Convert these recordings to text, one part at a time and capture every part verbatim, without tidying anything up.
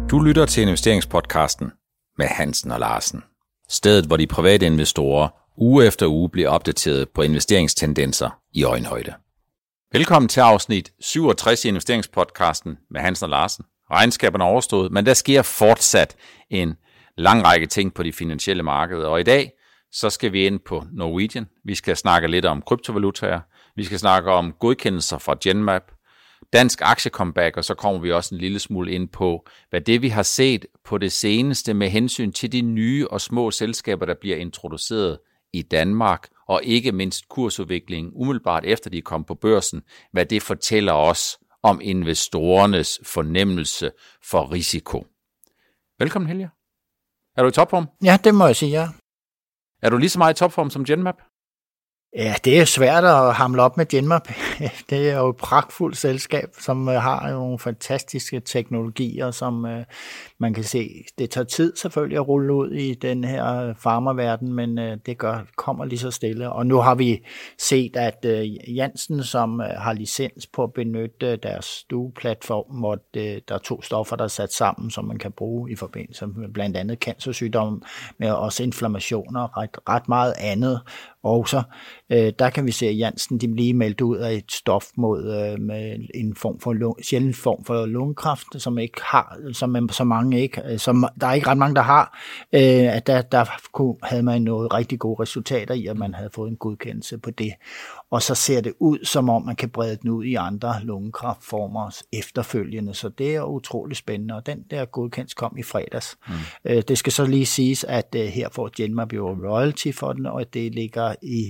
Du lytter til investeringspodcasten med Hansen og Larsen. Stedet, hvor de private investorer uge efter uge bliver opdateret på investeringstendenser i øjenhøjde. Velkommen til afsnit syvogtres i investeringspodcasten med Hansen og Larsen. Regnskaberne er overstået, men der sker fortsat en lang række ting på de finansielle markeder. Og i dag så skal vi ind på Norwegian. Vi skal snakke lidt om kryptovalutaer. Vi skal snakke om godkendelser fra Genmab. Dansk aktiecomeback, og så kommer vi også en lille smule ind på, hvad det vi har set på det seneste med hensyn til de nye og små selskaber, der bliver introduceret i Danmark, og ikke mindst kursudviklingen umiddelbart efter de kom på børsen, hvad det fortæller os om investorernes fornemmelse for risiko. Velkommen, Helge. Er du i topform? Ja, det må jeg sige, ja. Er du lige så meget i topform som Genmab? Ja, det er svært at hamle op med Genmab. Det er jo et pragtfuldt selskab, som har nogle fantastiske teknologier, som uh, man kan se. Det tager tid selvfølgelig at rulle ud i den her farmaverden, men uh, det gør, kommer lige så stille. Og nu har vi set, at uh, Janssen, som uh, har licens på at benytte deres stueplatform, hvor det, der er to stoffer, der er sat sammen, som man kan bruge i forbindelse med blandt andet cancersygdomme, men også inflammationer og ret, ret meget andet. Og så øh, der kan vi se, at Janssen de lige meldte ud af et stof mod øh, med en form for lung, sjælden form for lungekræft, som ikke har, som så mange ikke, som der er ikke ret mange der har. Øh, at der der kunne, havde man noget rigtig gode resultater i, at man havde fået en godkendelse på det. Og så ser det ud, som om man kan brede den ud i andre lungekræftformer efterfølgende. Så det er utroligt spændende, og den der godkendelse kom i fredags. Mm. Øh, det skal så lige siges, at øh, her får Genmab jo royalty for den, og det ligger i,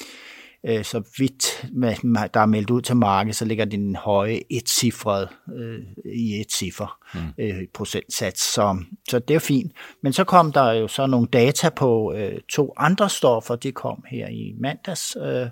øh, så vidt med, der er meldt ud til markedet, så ligger den høje etcifrede øh, i et ciffer mm. øh, procentsats. Så, så det er fint. Men så kom der jo så nogle data på øh, to andre stoffer, de kom her i mandags, øh,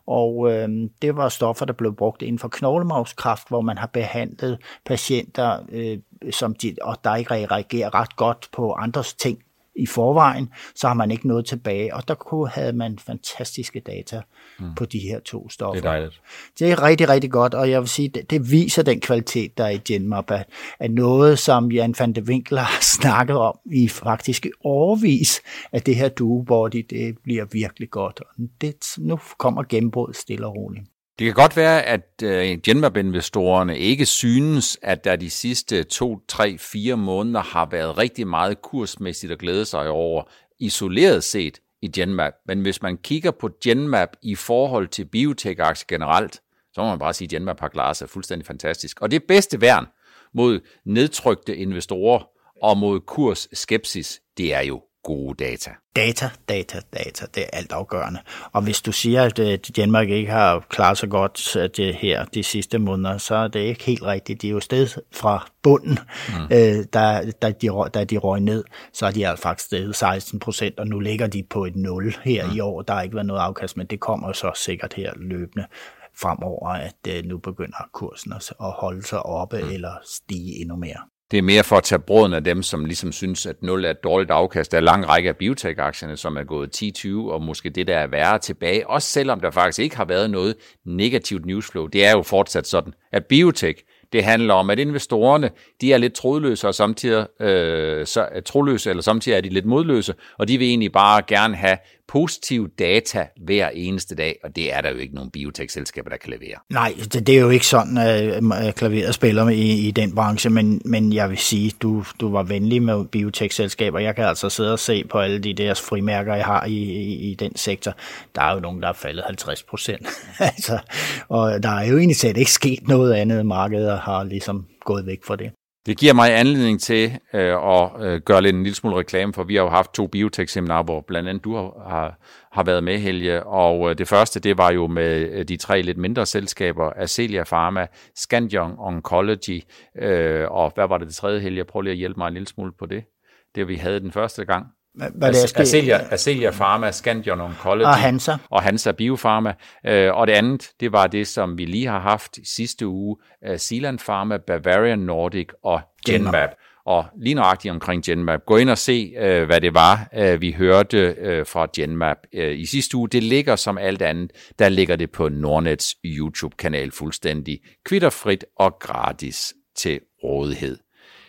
og øh, det var stoffer, der blev brugt inden for knoglemarvskræft, hvor man har behandlet patienter, øh, som de, og der ikke reagerer ret godt på andres ting i forvejen, så har man ikke noget tilbage, og der kunne, havde man fantastiske data mm. på de her to stoffer. Det er dejligt. Det er rigtig, rigtig godt, og jeg vil sige, det, det viser den kvalitet, der er i Genmab, at, at noget, som Jan van de Winkel har snakket om i faktisk årevis, at det her duobody, det bliver virkelig godt. Og det, nu kommer gennembruddet stille og roligt. Det kan godt være, at uh, Genmab-investorerne ikke synes, at der de sidste to, tre, fire måneder har været rigtig meget kursmæssigt at glæde sig over, isoleret set i Genmab. Men hvis man kigger på Genmab i forhold til biotech-aktier generelt, så må man bare sige, at Genmab har klaret sig fuldstændig fantastisk. Og det bedste værn mod nedtrykte investorer og mod kursskepsis, det er jo gode data. Data, data, data, det er alt afgørende. Og hvis du siger, at Genmab ikke har klaret så godt det her de sidste måneder, så er det ikke helt rigtigt. De er jo steget fra bunden, mm. øh, da, da, de, da de røg ned, så er de altså faktisk steget seksten procent, og nu ligger de på et nul her mm. i år. Der har ikke været noget afkast, men det kommer så sikkert her løbende fremover, at øh, nu begynder kursen at holde sig oppe mm. eller stige endnu mere. Det er mere for at tage bråden af dem, som ligesom synes, at nul er et dårligt afkast. Der er en lang række af biotech-aktierne, som er gået ti tyve, og måske det, der er værre tilbage. Også selvom der faktisk ikke har været noget negativt newsflow. Det er jo fortsat sådan, at biotech, det handler om, at investorerne, de er lidt trådløse, og samtidig øh, så er trådløse, eller samtidig er de lidt modløse, og de vil egentlig bare gerne have positiv data hver eneste dag, og det er der jo ikke nogen biotech-selskaber, der kan levere. Nej, det, det er jo ikke sådan, at klaveret spiller i, i den branche, men, men jeg vil sige, du, du var venlig med biotech-selskaber. Jeg kan altså sidde og se på alle de deres frimærker, jeg har i, i, i den sektor. Der er jo nogen, der er faldet halvtreds procent. altså, og der er jo egentlig set ikke sket noget andet. Markedet har ligesom gået væk fra det. Det giver mig anledning til øh, at øh, gøre lidt en lille smule reklame, for vi har jo haft to biotech-seminarer, hvor blandt andet du har, har været med, Helge, og øh, det første, det var jo med de tre lidt mindre selskaber, Ascelia Pharma, Scandion Oncology, øh, og hvad var det det tredje, Helge? Prøv lige at hjælpe mig en lille smule på det. Det vi havde den første gang. Hvad det er, Ascelia, Ascelia Pharma, Scandion Oncology og Hansa. og Hansa Biopharma. Øh, og det andet, det var det, som vi lige har haft sidste uge, uh, Zealand Pharma, Bavarian Nordic og Genmab. Og lige nøjagtigt omkring Genmab. Gå ind og se, uh, hvad det var, uh, vi hørte uh, fra Genmab uh, i sidste uge. Det ligger som alt andet, der ligger det på Nordnets YouTube-kanal fuldstændig kvitterfrit og gratis til rådighed.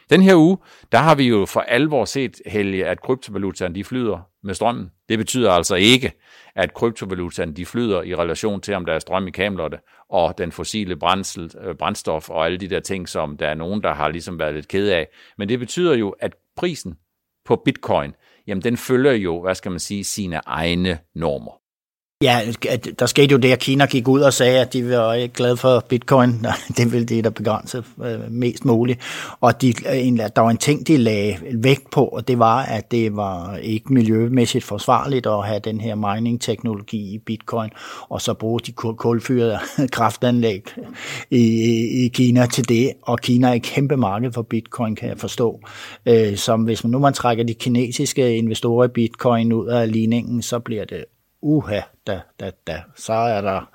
Den her uge, der har vi jo for alvor set, Helge, at kryptovalutaerne de flyder med strømmen. Det betyder altså ikke, at kryptovalutaerne de flyder i relation til, om der er strøm i kabellotte og den fossile brændsel, brændstof og alle de der ting, som der er nogen, der har ligesom været lidt ked af. Men det betyder jo, at prisen på bitcoin, jamen den følger jo, hvad skal man sige, sine egne normer. Ja, der skete jo det, at Kina gik ud og sagde, at de var ikke glade for bitcoin. Det ville det, der begrænse mest muligt. Og de, der var en ting, de lagde vægt på, og det var, at det var ikke miljømæssigt forsvarligt at have den her mining-teknologi i bitcoin, og så bruge de kulfyrede kraftanlæg i, i Kina til det. Og Kina er et kæmpe marked for bitcoin, kan jeg forstå. Som hvis man nu man trækker de kinesiske investorer i bitcoin ud af ligningen, så bliver det uha, da, da, da, så er der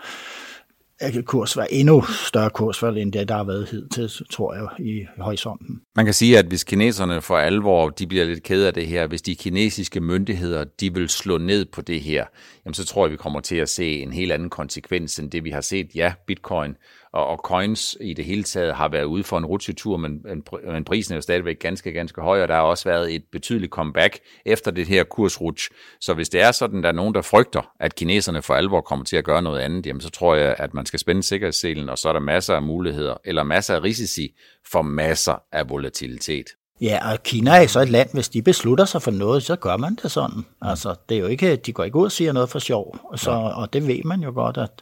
kursfald, endnu større kursfald, end det, der har været hidtil, tror jeg, i horisonten. Man kan sige, at hvis kineserne for alvor, de bliver lidt kede af det her, hvis de kinesiske myndigheder, de vil slå ned på det her, jamen så tror jeg, vi kommer til at se en helt anden konsekvens, end det vi har set. Ja, bitcoin og, og coins i det hele taget har været ude for en rutsjetur, men, men prisen er jo stadigvæk ganske, ganske høj, og der har også været et betydeligt comeback efter det her kursrutsj. Så hvis det er sådan, der er nogen, der frygter, at kineserne for alvor kommer til at gøre noget andet, jamen så tror jeg, at man skal spænde sikkerhedsselen, og så er der masser af muligheder, eller masser af risici for masser af volatilitet. Ja, og Kina er så et land, hvis de beslutter sig for noget, så gør man det sådan. Altså, det er jo ikke, de går ikke ud og siger noget for sjov, så, ja. Og det ved man jo godt, at,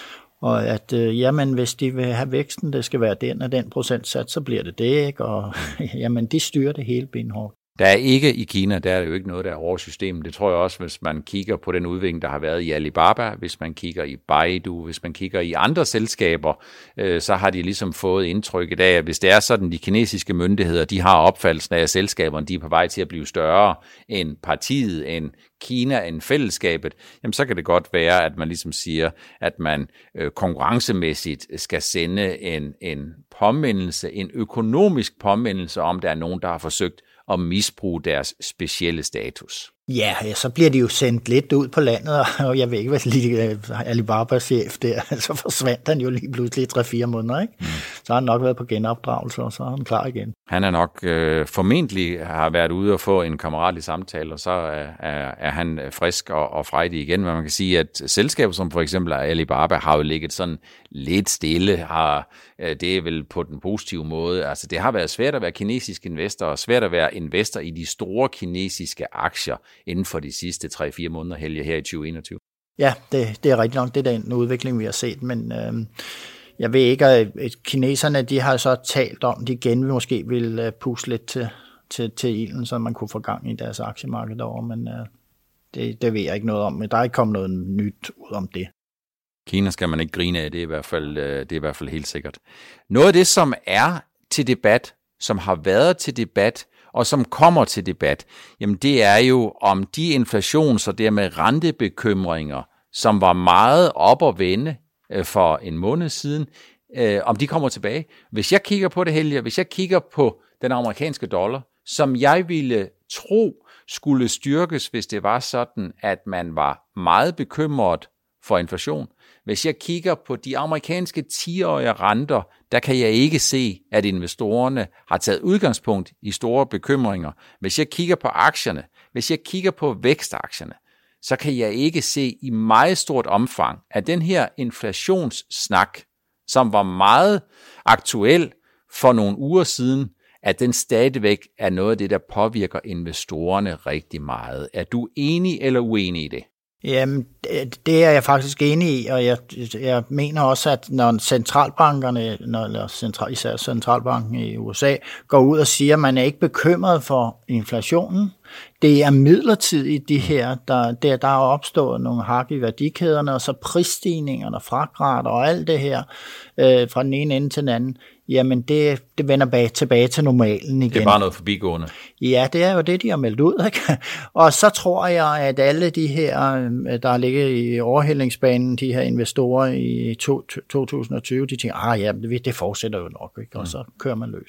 og at øh, jamen, hvis de vil have væksten, det skal være den og den procentsats, så bliver det det, ikke? Og jamen, de styrer det hele benhårdt. Der er ikke i Kina, der er jo ikke noget, der er over systemet. Det tror jeg også, hvis man kigger på den udvikling, der har været i Alibaba, hvis man kigger i Baidu, hvis man kigger i andre selskaber, øh, så har de ligesom fået indtrykket af, at hvis det er sådan, de kinesiske myndigheder, de har opfattelsen af, at selskaberne de er på vej til at blive større end partiet, end Kina, end fællesskabet, jamen så kan det godt være, at man ligesom siger, at man øh, konkurrencemæssigt skal sende en, en påmindelse, en økonomisk påmindelse om, der er nogen, der har forsøgt at misbruge deres specielle status. Ja, så bliver de jo sendt lidt ud på landet, og jeg ved ikke, hvad lige Alibaba-chef der, så forsvandt han jo lige pludselig i tre fire måneder, ikke? Mm. Så har han nok været på genopdragelse, og så er han klar igen. Han er nok øh, formentlig har været ude og få en kammeratlig samtale, og så er, er, er han frisk og, og frejdig igen. Men man kan sige, at selskaber som for eksempel Alibaba har jo ligget sådan lidt stille, har, øh, det er vel på den positive måde. Altså det har været svært at være kinesisk investor, og svært at være investor i de store kinesiske aktier inden for de sidste tre fire måneder, Helge, her i tyve enogtyve. Ja, det, det er rigtigt nok, det er den udvikling, vi har set, men øh, jeg ved ikke, at kineserne, de har så talt om, de igen måske vil puste lidt til, til, til ilden, så man kunne få gang i deres aktiemarked derovre, men øh, det, det ved jeg ikke noget om, men der er ikke kommet noget nyt ud om det. Kina skal man ikke grine af, det er i hvert fald, det er i hvert fald helt sikkert. Noget af det, som er til debat, som har været til debat, og som kommer til debat, jamen det er jo om de inflations- og dermed rentebekymringer, som var meget op at vende for en måned siden, øh, om de kommer tilbage. Hvis jeg kigger på det, Helge, hvis jeg kigger på den amerikanske dollar, som jeg ville tro skulle styrkes, hvis det var sådan, at man var meget bekymret for inflation. Hvis jeg kigger på de amerikanske ti-årige renter, der kan jeg ikke se, at investorerne har taget udgangspunkt i store bekymringer. Hvis jeg kigger på aktierne, hvis jeg kigger på vækstaktierne, så kan jeg ikke se i meget stort omfang, at den her inflationssnak, som var meget aktuel for nogle uger siden, at den stadigvæk er noget af det, der påvirker investorerne rigtig meget. Er du enig eller uenig i det? Jamen, det er jeg faktisk enig i, og jeg, jeg mener også, at når centralbankerne, når, eller central, især centralbanken i U S A, går ud og siger, at man er ikke bekymret for inflationen, det er midlertidigt de her, der, der, der er opstået nogle hak i værdikæderne, og så prisstigningerne, fragtrater og alt det her, øh, fra den ene ende til den anden, jamen det, det vender bag, tilbage til normalen igen. Det er bare noget forbigående. Ja, det er jo det, de har meldt ud, ikke? Og så tror jeg, at alle de her, der ligger i overhældingsbanen, de her investorer i to tusind og tyve, de tænker, ah ja, det, det fortsætter jo nok, ikke? Og så kører man løs.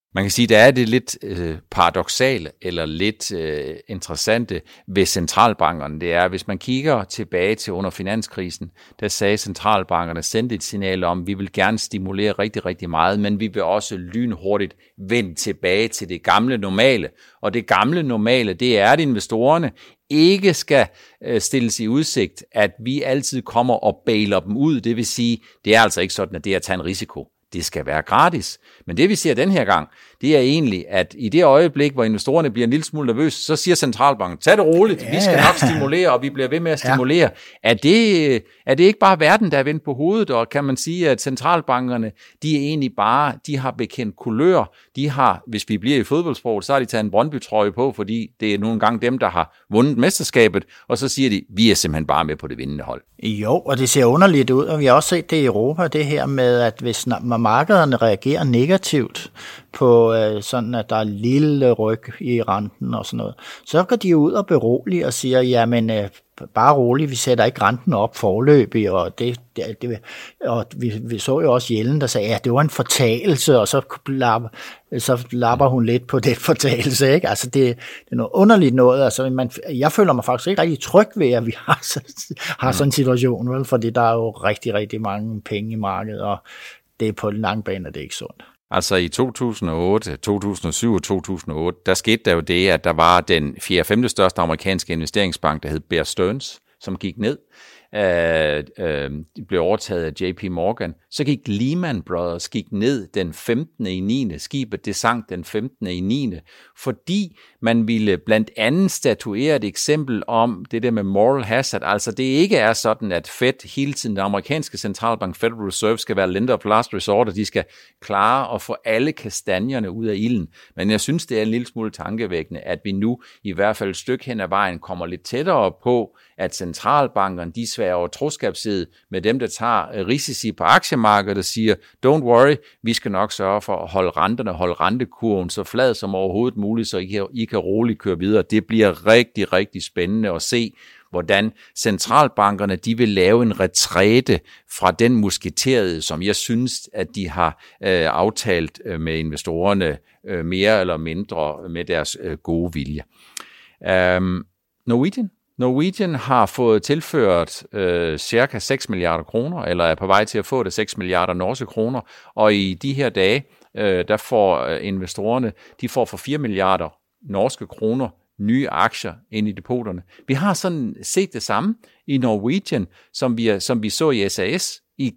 Man kan sige, der er det lidt øh, paradoksale eller lidt øh, interessante ved centralbankerne. Det er, hvis man kigger tilbage til under finanskrisen, der sagde centralbankerne, sendte et signal om, at vi vil gerne stimulere rigtig, rigtig meget, men vi vil også lynhurtigt vende tilbage til det gamle normale. Og det gamle normale, det er, at investorerne ikke skal øh, stilles i udsigt, at vi altid kommer og bailer dem ud. Det vil sige, det er altså ikke sådan, at det er at tage en risiko. Det skal være gratis. Men det vi ser den her gang, det er egentlig, at i det øjeblik, hvor investorerne bliver en lille smule nervøse, så siger centralbanken, tag det roligt, ja, vi skal nok stimulere, og vi bliver ved med at stimulere. Ja. Er, det, er det ikke bare verden, der er vendt på hovedet, og kan man sige, at centralbankerne, de er egentlig bare, de har bekendt kulør, de har, hvis vi bliver i fodboldsprog, så har de taget en Brøndby-trøje på, fordi det er nogle gange dem, der har vundet mesterskabet, og så siger de, vi er simpelthen bare med på det vindende hold. Jo, og det ser underligt ud, og vi har også set det i Europa, det her med, at hvis markederne reagerer negativt på øh, sådan, at der er lille ryg i renten og sådan noget, så går de ud og berolige og siger, jamen øh, bare roligt, vi sætter ikke renten op forløbig, og, det, det, det, og vi, vi så jo også Jellen, der sagde, at ja, det var en fortalelse, og så lapper, så lapper hun lidt på den fortalelse, ikke? Altså det, det er noget underligt noget, altså man, jeg føler mig faktisk ikke rigtig tryg ved, at vi har, har sådan en situation, vel? Fordi der er jo rigtig, rigtig mange penge i markedet, og det er på den lange bane, og det er ikke sundt. Altså i to tusind og otte, to tusind og syv og to tusind og otte, der skete der jo det, at der var den fjerde femte største amerikanske investeringsbank, der hed Bear Stearns, som gik ned. Øh, øh, de blev overtaget af J P Morgan. Så gik Lehman Brothers gik ned den femtende i niende Skibet det sank den femtende i niende fordi man ville blandt andet statuere et eksempel om det der med moral hazard. Altså det ikke er sådan, at Fed hele tiden, den amerikanske centralbank Federal Reserve, skal være lender of last resort, og de skal klare og få alle kastanjerne ud af ilden. Men jeg synes, det er en lille smule tankevækkende, at vi nu i hvert fald et stykke hen ad vejen kommer lidt tættere på, at centralbankerne, de sværger troskabsed med dem, der tager risici på aktiemarkedet og siger, don't worry, vi skal nok sørge for at holde renterne, holde rentekurven så flad som overhovedet muligt, så I kan, I kan roligt køre videre. Det bliver rigtig, rigtig spændende at se, hvordan centralbankerne, de vil lave en retræte fra den musketerede, som jeg synes, at de har øh, aftalt øh, med investorerne øh, mere eller mindre med deres øh, gode vilje. Um, Norwegian? Norwegian har fået tilført øh, cirka seks milliarder kroner, eller er på vej til at få det seks milliarder norske kroner, og i de her dage, øh, der får øh, investorerne, de får for fire milliarder norske kroner nye aktier ind i depoterne. Vi har sådan set det samme i Norwegian, som vi, som vi så i S A S. I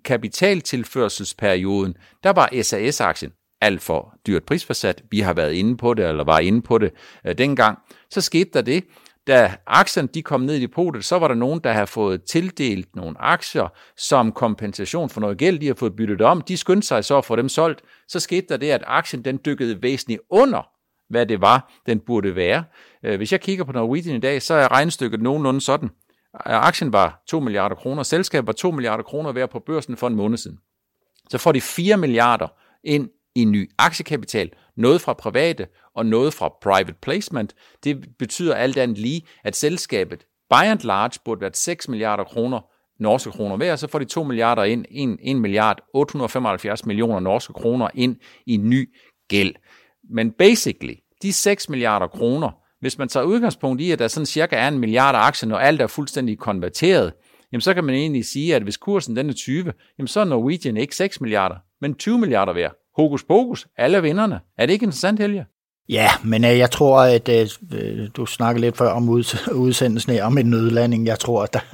kapitaltilførselsperioden, der var S A S-aktien alt for dyrt prisfastsat. Vi har været inde på det, eller var inde på det øh, dengang. Så skete der det, da aktierne de kom ned i depotet, så var der nogen, der havde fået tildelt nogle aktier som kompensation for noget gæld, de har fået byttet om. De skyndte sig så at få dem solgt. Så skete der det, at aktien den dykkede væsentligt under, hvad det var, den burde være. Hvis jeg kigger på Norwegian i dag, så er regnestykket nogenlunde sådan. Aktien var to milliarder kroner, selskabet var to milliarder kroner værd på børsen for en måned siden. Så får de fire milliarder ind i ny aktiekapital, noget fra private og noget fra private placement. Det betyder alt andet lige, at selskabet by and large burde være seks milliarder kroner norske kroner værd, så får de to milliarder ind, en milliard otte hundrede femoghalvfjerds millioner norske kroner ind i ny gæld. Men basically, de seks milliarder kroner, hvis man tager udgangspunkt i, at der sådan cirka er en milliard aktier, når alt er fuldstændig konverteret, jamen så kan man egentlig sige, at hvis kursen den er tyve, jamen så er Norwegian ikke seks milliarder, men tyve milliarder værd. Hokus pokus, alle vinderne. Er det ikke interessant, Helge? Ja, men øh, jeg tror, at øh, du snakker lidt før om udsendelsen her, om en nødlanding. Jeg tror, at der,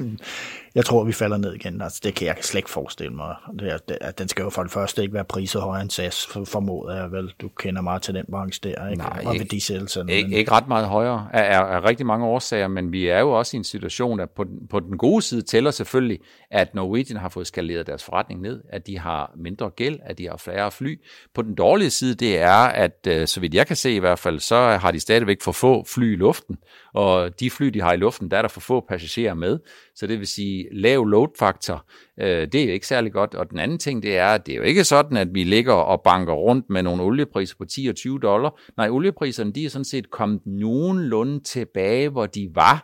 jeg tror, at vi falder ned igen. Altså, det kan jeg slet ikke forestille mig. Det, at den skal jo for det første ikke være priset højere end S A S, formoder jeg vel. Du kender meget til den branche der, ikke? Nej, og ikke, ikke, ikke ret meget højere af, af, af rigtig mange årsager, men vi er jo også i en situation, at på den, på den gode side tæller selvfølgelig, at Norwegian har fået skaleret deres forretning ned, at de har mindre gæld, at de har færre fly. På den dårlige side, det er, at så vidt jeg kan se i hvert fald, så har de stadigvæk for få fly i luften, og de fly, de har i luften, der er der for få passagerer med, så det vil sige lav load factor, øh, det er jo ikke særlig godt. Og den anden ting, det er, at det er jo ikke sådan, at vi ligger og banker rundt med nogle oliepriser på ti og tyve dollar. Nej, oliepriserne, de er sådan set kommet nogenlunde tilbage, hvor de var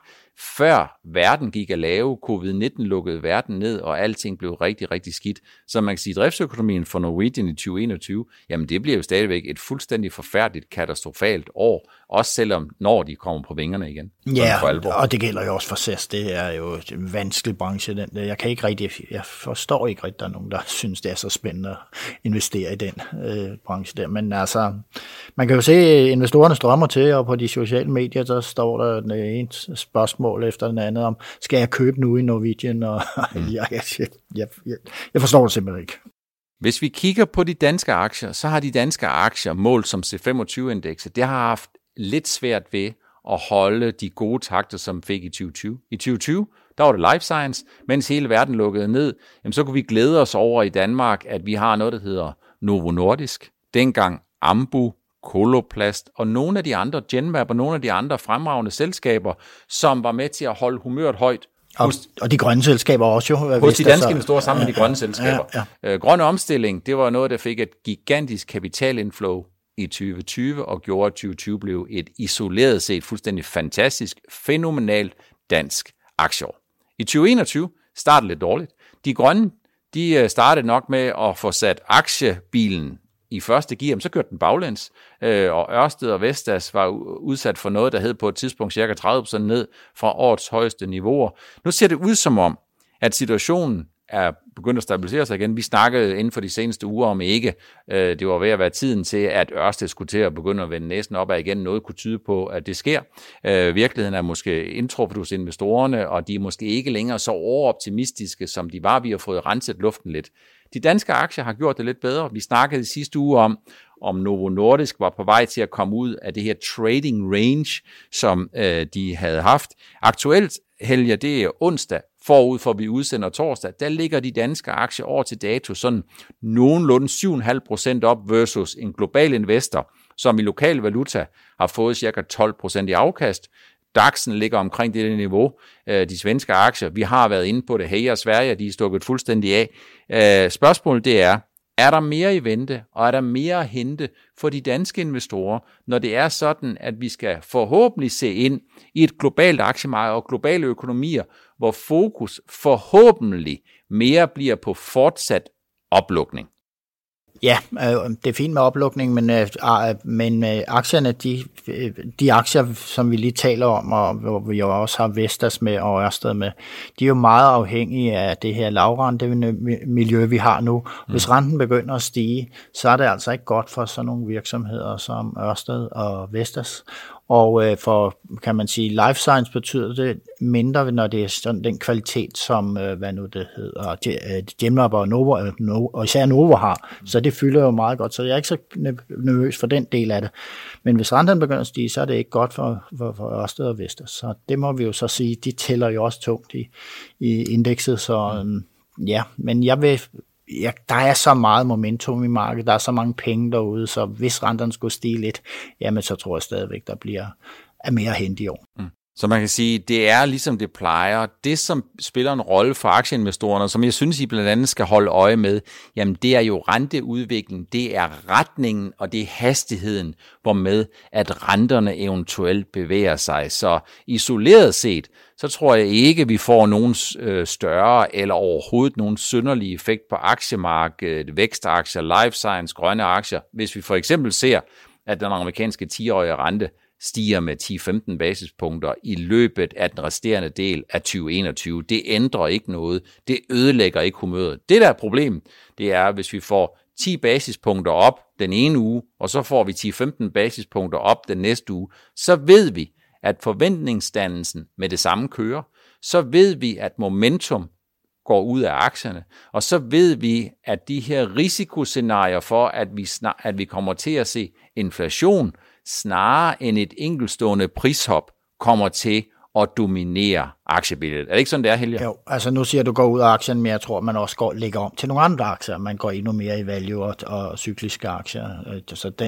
før verden gik at lave, covid nitten lukkede verden ned, og alting blev rigtig, rigtig skidt. Så man kan sige, at driftsøkonomien for Norwegian i tyve enogtyve, jamen det bliver jo stadigvæk et fuldstændig forfærdeligt, katastrofalt år, også selvom når de kommer på vingerne igen. Ja, og det gælder jo også for S E S. Det er jo en vanskelig branche. Den. Jeg kan ikke rigtig, jeg forstår ikke rigtig, at der er nogen, der synes, det er så spændende at investere i den øh, branche der. Men altså, man kan jo se, at investorerne strømmer til, og på de sociale medier, der står der et spørgsmål efter den anden om, skal jeg købe nu i Norwegian? Og mm. jeg, jeg, jeg, jeg, jeg forstår det simpelthen ikke. Hvis vi kigger på de danske aktier, så har de danske aktier målt som C femogtyve-indekset, det har haft lidt svært ved at holde de gode takter, som fik i tyve tyve. I tyve tyve, der var det life science, mens hele verden lukkede ned, jamen så kunne vi glæde os over i Danmark, at vi har noget, der hedder Novo Nordisk, dengang Ambu, Coloplast og nogle af de andre, Genmab og nogle af de andre fremragende selskaber, som var med til at holde humøret højt. Og, og de grønne selskaber også jo. Hos de danske investorer sammen med de grønne selskaber. Ja, ja. Grønne omstilling, det var noget, der fik et gigantisk kapitalinflow i tyve tyve, og gjorde, at tyve tyve blev et isoleret set fuldstændig fantastisk, fænomenalt dansk aktieår. I tyve enogtyve startede lidt dårligt. De grønne, de startede nok med at få sat aktiebilen i første gear, så kørte den baglæns, og Ørsted og Vestas var udsat for noget, der hed på et tidspunkt cirka tredive procent ned fra årets højeste niveauer. Nu ser det ud som om, at situationen er begyndt at stabilisere sig igen. Vi snakkede inden for de seneste uger om ikke. Det var ved at være tiden til, at Ørsted skulle til at begynde at vende næsen opad igen. Noget kunne tyde på, at det sker. Virkeligheden er måske indtruffet hos investorerne, og de er måske ikke længere så overoptimistiske, som de var. Vi har fået renset luften lidt. De danske aktier har gjort det lidt bedre. Vi snakkede i sidste uge om, om Novo Nordisk var på vej til at komme ud af det her trading range, som øh, de havde haft. Aktuelt, Helge, det er onsdag, forud for vi udsender torsdag, der ligger de danske aktier år til dato sådan nogenlunde syv komma fem procent op versus en global investor, som i lokal valuta har fået cirka tolv procent i afkast. DAX'en ligger omkring det niveau. De svenske aktier, vi har været inde på det. Hey og Sverige, de er stukket fuldstændig af. Spørgsmålet det er, er der mere i vente, og er der mere at hente for de danske investorer, når det er sådan, at vi skal forhåbentlig se ind i et globalt aktiemarked og globale økonomier, hvor fokus forhåbentlig mere bliver på fortsat oplukning? Ja, øh, det er fint med oplukning, men, øh, men øh, aktierne, de, de aktier, som vi lige taler om, og hvor vi jo også har Vestas med og Ørsted med, de er jo meget afhængige af det her lavrente miljø, vi har nu. Hvis mm. renten begynder at stige, så er det altså ikke godt for sådan nogle virksomheder som Ørsted og Vestas. Og øh, for, kan man sige, life science betyder det mindre, når det er sådan den kvalitet, som, øh, hvad nu det hedder, Genmab og Novo, øh, Novo, og især Novo har. Så det fylder jo meget godt, så jeg er ikke så nervøs for den del af det. Men hvis renten begynder at stige, så er det ikke godt for, for, for Ørsted og Vestas. Så det må vi jo så sige, de tæller jo også tungt i, i indekset. Så øh, ja, men jeg vil... Ja, der er så meget momentum i markedet, der er så mange penge derude, så hvis renterne skulle stige lidt, jamen så tror jeg stadigvæk, der bliver er mere at hente i år. Mm. Så man kan sige, det er ligesom det plejer. Det, som spiller en rolle for aktieinvestorerne, som jeg synes, I blandt andet skal holde øje med, jamen det er jo renteudvikling, det er retningen, og det er hastigheden, hvormed at renterne eventuelt bevæger sig. Så isoleret set, så tror jeg ikke, vi får nogen større eller overhovedet nogen synderlig effekt på aktiemarkedet, vækstaktier, life science, grønne aktier, hvis vi for eksempel ser, at den amerikanske ti-årige rente stiger med ti til femten basispunkter i løbet af den resterende del af tyve enogtyve. Det ændrer ikke noget. Det ødelægger ikke humøret. Det, der er problem, det er, hvis vi får ti basispunkter op den ene uge, og så får vi ti til femten basispunkter op den næste uge, så ved vi, at forventningsdannelsen med det samme kører. Så ved vi, at momentum går ud af aktierne, og så ved vi, at de her risikoscenarier for, at vi, snar- at vi kommer til at se inflation, snarere end et enkeltstående prishop, kommer til at dominere aktiebilledet. Er det ikke sådan, det er, Helge? Jo, altså nu siger du går ud af aktien, men jeg tror, man også går lægger om til nogle andre aktier. Man går endnu mere i value og, og cykliske aktier. Så den,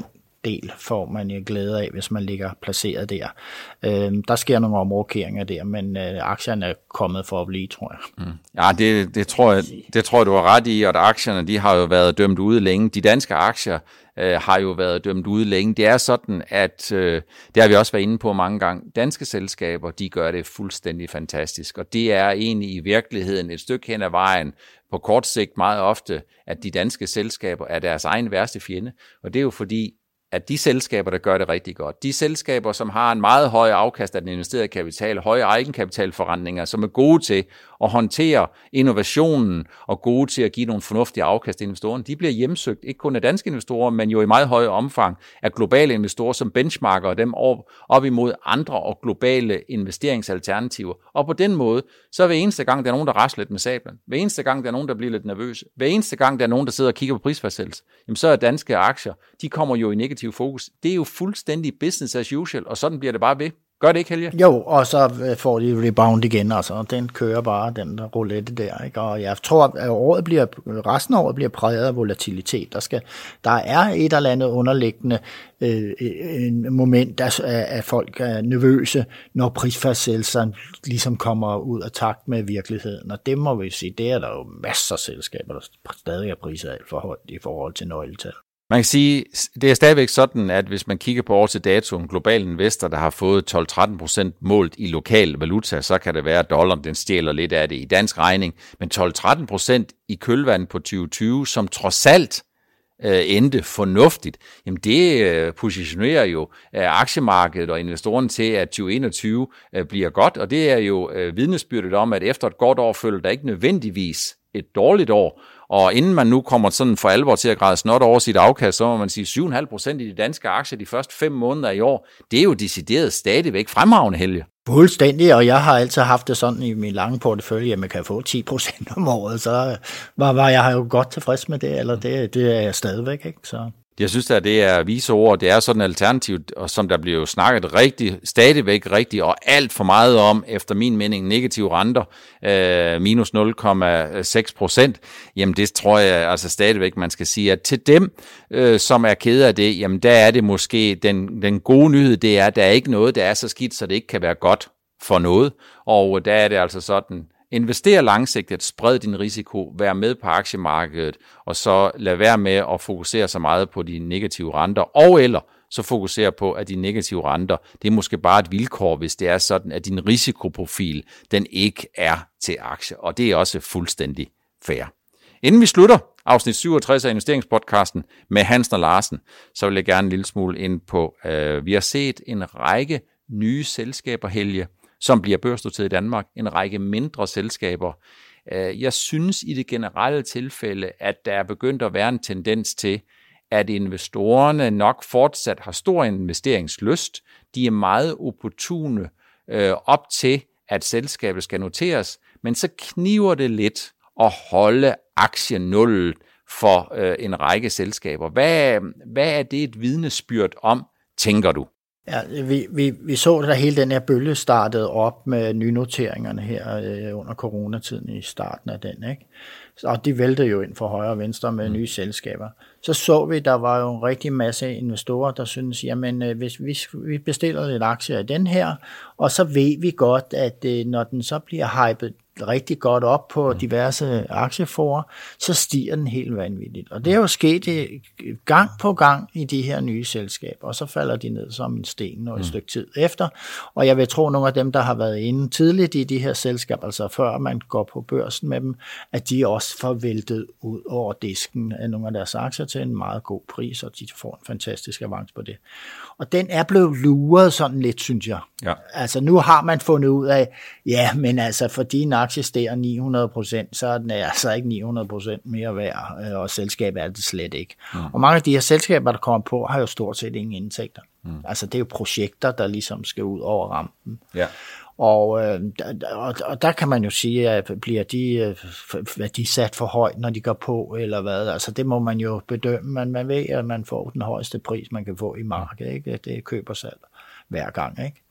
del får man jo glæde af, hvis man ligger placeret der. Øh, der sker nogle omrokeringer der, men øh, aktierne er kommet for at blive, tror jeg. Mm. Ja, det, det, tror jeg, det tror jeg, du har ret i, at aktierne de har jo været dømt ude længe. De danske aktier øh, har jo været dømt ude længe. Det er sådan, at øh, det har vi også været inde på mange gange. Danske selskaber, de gør det fuldstændig fantastisk, og det er egentlig i virkeligheden et stykke hen ad vejen på kort sigt meget ofte, at de danske selskaber er deres egen værste fjende, og det er jo fordi, at de selskaber, der gør det rigtig godt, de selskaber, som har en meget høj afkast af den investerede kapital, høje egenkapitalforretninger, som er gode til at håndtere innovationen og gode til at give nogle fornuftige afkast til investorerne, de bliver hjemsøgt, ikke kun af danske investorer, men jo i meget højere omfang af globale investorer, som benchmarker dem op imod andre og globale investeringsalternativer. Og på den måde, så hver eneste gang, der er nogen, der rasler lidt med sablen, hver eneste gang, der er nogen, der bliver lidt nervøse, hver eneste gang, der er nogen, der sidder og kigger på prisfastsættelse, jamen så er danske aktier, de kommer jo i negativ fokus. Det er jo fuldstændig business as usual, og sådan bliver det bare ved. Gør det ikke, Helge? Jo, og så får de rebound igen, altså. Den kører bare, den der roulette der, ikke? Og jeg tror, at året bliver, resten af året bliver præget af volatilitet. Der, skal, der er et eller andet underliggende øh, en moment, der er, at folk er nervøse, når prisfastsættelserne ligesom kommer ud af takt med virkeligheden. Og det må vi sige, det er der jo masser af selskaber, der stadig er priset alt for højt i forhold til nøgletal. Man kan sige, det er stadigvæk sådan, at hvis man kigger på år til dato, en global investor, der har fået tolv til tretten procent målt i lokal valuta, så kan det være, at dollaren den stjæler lidt af det i dansk regning, men tolv til tretten procent i kølvandet på tyve tyve, som trods alt øh, endte fornuftigt, jamen det øh, positionerer jo øh, aktiemarkedet og investorerne til, at tyve enogtyve øh, bliver godt, og det er jo øh, vidnesbyrdet om, at efter et godt år følger der ikke nødvendigvis et dårligt år. Og inden man nu kommer sådan for alvor til at græde snot over sit afkast, så må man sige syv komma fem procent i de danske aktier de første fem måneder i år. Det er jo decideret stadigvæk fremragende, Helge. Fuldstændig, og jeg har altid haft det sådan i min lange portefølje, at man kan få ti procent om året, så var, var jeg jo godt tilfreds med det, eller det, det er jeg stadigvæk, ikke? Så... Jeg synes, at det er vise ord, det er sådan et alternativ, og som der bliver jo snakket rigtig, stadigvæk rigtigt, og alt for meget om, efter min mening, negative renter, øh, minus nul komma seks procent, jamen det tror jeg altså stadigvæk, man skal sige, at til dem, øh, som er kede af det, jamen der er det måske, den, den gode nyhed, det er, at der er ikke noget, der er så skidt, så det ikke kan være godt for noget, og der er det altså sådan, invester langsigtet, spred din risiko, vær med på aktiemarkedet, og så lad være med at fokusere så meget på de negative renter, og eller så fokusere på, at de negative renter, det er måske bare et vilkår, hvis det er sådan, at din risikoprofil, den ikke er til aktier, og det er også fuldstændig fair. Inden vi slutter afsnit syvogtres af investeringspodcasten med Hansen og Larsen, så vil jeg gerne en lille smule ind på, øh, vi har set en række nye selskaber, Helge, som bliver børsnoteret i Danmark, en række mindre selskaber. Jeg synes i det generelle tilfælde, at der er begyndt at være en tendens til, at investorerne nok fortsat har stor investeringslyst. De er meget opportune øh, op til, at selskabet skal noteres, men så kniver det lidt at holde aktienullet for øh, en række selskaber. Hvad, hvad er det et vidnesbyrd om, tænker du? Ja, vi, vi, vi så, da hele den her bølge startede op med nynoteringerne her øh, under coronatiden i starten af den, ikke? Og de væltede jo ind for højre og venstre med nye selskaber. Så så vi, der var jo en rigtig masse investorer, der synes, jamen øh, hvis vi, vi bestiller lidt aktier i den her, og så ved vi godt, at øh, når den så bliver hypet rigtig godt op på diverse aktieforer, så stiger den helt vanvittigt. Og det er jo sket gang på gang i de her nye selskaber, og så falder de ned som en sten og et mm. stykke tid efter. Og jeg vil tro, nogle af dem, der har været inde tidligt i de her selskaber, altså før man går på børsen med dem, at de også får væltet ud over disken af nogle af deres aktier til en meget god pris, og de får en fantastisk avance på det. Og den er blevet luret sådan lidt, synes jeg. Ja. Altså nu har man fundet ud af, ja, men altså for dine aktie stiger ni hundrede procent, så er den altså ikke ni hundrede procent mere værd, og selskabet er det slet ikke. Mm. Og mange af de her selskaber, der kommer på, har jo stort set ingen indtægter. Mm. Altså det er jo projekter, der ligesom skal ud over rampen. Ja. Og, øh, og, og der kan man jo sige, at bliver de, øh, de sat for højt, når de går på, eller hvad. Altså det må man jo bedømme, men man ved, at man får den højeste pris, man kan få i markedet. Ikke? Det er køb og salg hver gang, ikke?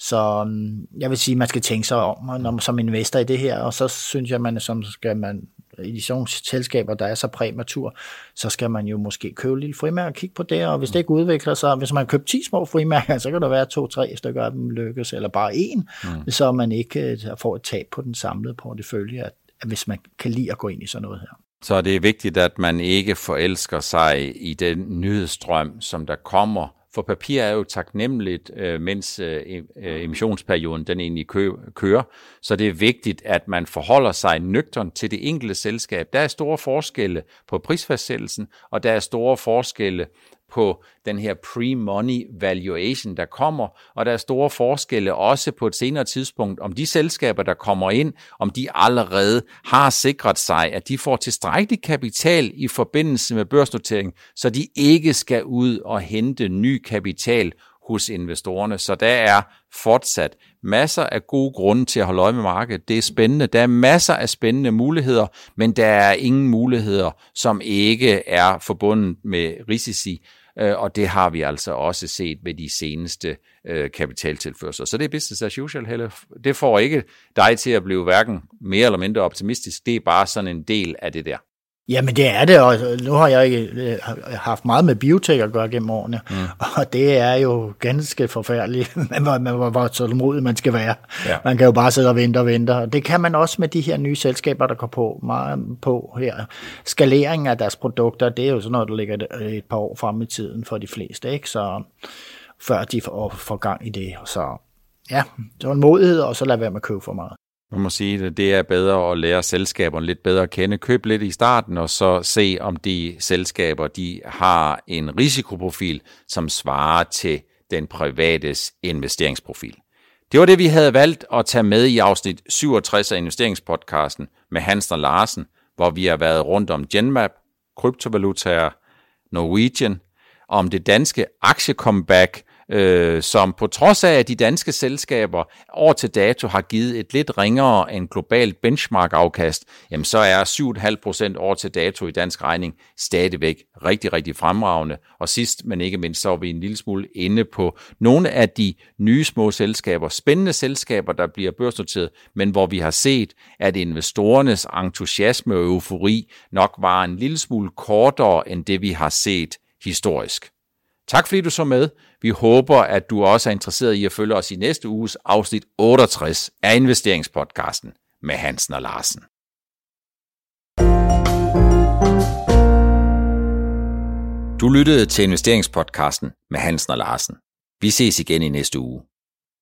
Så jeg vil sige, at man skal tænke sig om, når man som investor i det her, og så synes jeg, man som skal man i sådan nogle selskaber, der er så præmatur, så skal man jo måske købe et lille frimærke og kigge på det, og hvis det ikke udvikler sig, hvis man køber ti små frimærker, så kan der være to-tre stykker af dem lykkes, eller bare en, mm. så man ikke får et tab på den samlede portefølje, at, at hvis man kan lide at gå ind i sådan noget her. Så det er vigtigt, at man ikke forelsker sig i den nyhedsstrøm, som der kommer. For papir er jo taknemmeligt, mens emissionsperioden den egentlig kører. Så det er vigtigt, at man forholder sig nøgternt til det enkelte selskab. Der er store forskelle på prisfastsættelsen, og der er store forskelle på den her pre-money valuation, der kommer, og der er store forskelle også på et senere tidspunkt, om de selskaber, der kommer ind, om de allerede har sikret sig, at de får tilstrækkelig kapital i forbindelse med børsnotering, så de ikke skal ud og hente ny kapital hos investorerne. Så der er fortsat masser af gode grunde til at holde øje med markedet. Det er spændende. Der er masser af spændende muligheder, men der er ingen muligheder, som ikke er forbundet med risici, og det har vi altså også set ved de seneste kapitaltilførsler. Så det er business as usual, Helle. Det får ikke dig til at blive hverken mere eller mindre optimistisk. Det er bare sådan en del af det der. Jamen det er det, og nu har jeg haft meget med biotek at gøre gennem årene, mm. og det er jo ganske forfærdeligt, hvor, hvor tålmodig man skal være. Ja. Man kan jo bare sidde og vente og vente, og det kan man også med de her nye selskaber, der går på meget på her. Skaleringen af deres produkter, det er jo sådan noget, der ligger et par år frem i tiden for de fleste, ikke? Så før de får, får gang i det. Så ja, tålmodighed, og så lad være med at købe for meget. Man må sige, at det er bedre at lære selskaberne lidt bedre at kende. Køb lidt i starten, og så se, om de selskaber de har en risikoprofil, som svarer til den privates investeringsprofil. Det var det, vi havde valgt at tage med i afsnit syvogtres af investeringspodcasten med Hansen og Larsen, hvor vi har været rundt om Genmab, kryptovalutaer, Norwegian, om det danske aktiecomeback, Øh, som på trods af, at de danske selskaber år til dato har givet et lidt ringere end globalt benchmark-afkast, jamen så er syv komma fem procent år til dato i dansk regning stadigvæk rigtig, rigtig fremragende. Og sidst, men ikke mindst, så er vi en lille smule inde på nogle af de nye små selskaber, spændende selskaber, der bliver børsnoteret, men hvor vi har set, at investorernes entusiasme og eufori nok var en lille smule kortere end det, vi har set historisk. Tak fordi du så med. Vi håber, at du også er interesseret i at følge os i næste uges afsnit otteogtres af investeringspodcasten med Hansen og Larsen. Du lyttede til investeringspodcasten med Hansen og Larsen. Vi ses igen i næste uge.